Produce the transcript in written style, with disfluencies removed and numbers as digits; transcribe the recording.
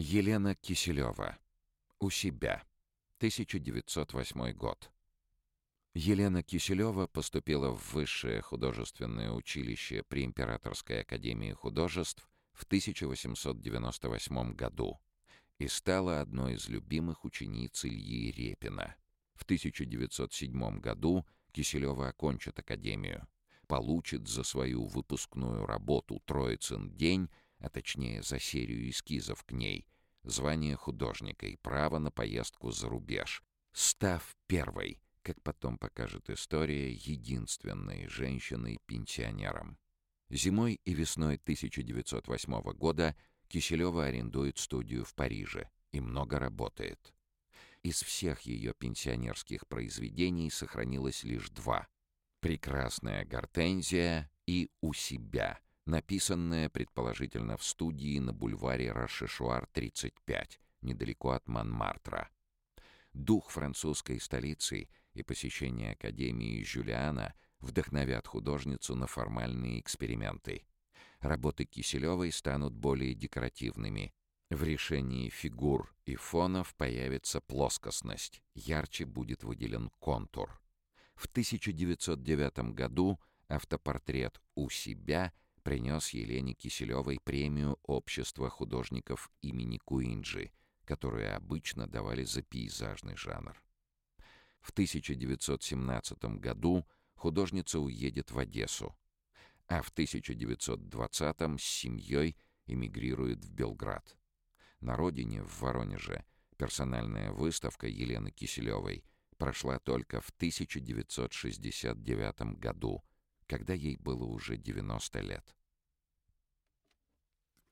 Елена Киселева. «У себя». 1908 год. Елена Киселева поступила в Высшее художественное училище при Императорской академии художеств в 1898 году и стала одной из любимых учениц Ильи Репина. В 1907 году Киселева окончит академию, получит за свою выпускную работу «Троицын день», а точнее за серию эскизов к ней, звание художника и право на поездку за рубеж, став первой, как потом покажет история, единственной женщиной-пенсионером. Зимой и весной 1908 года Киселева арендует студию в Париже и много работает. Из всех ее пенсионерских произведений сохранилось лишь два: «Прекрасная гортензия» и «У себя», написанная, предположительно, в студии на бульваре Рошешуар, 35, недалеко от Монмартра. Дух французской столицы и посещение Академии Жюлиана вдохновят художницу на формальные эксперименты. Работы Киселевой станут более декоративными. В решении фигур и фонов появится плоскостность, ярче будет выделен контур. В 1909 году автопортрет «У себя» принес Елене Киселевой премию Общества художников имени Куинджи, которую обычно давали за пейзажный жанр. В 1917 году художница уедет в Одессу, а в 1920 с семьей эмигрирует в Белград. На родине, в Воронеже, персональная выставка Елены Киселевой прошла только в 1969 году, когда ей было уже 90 лет.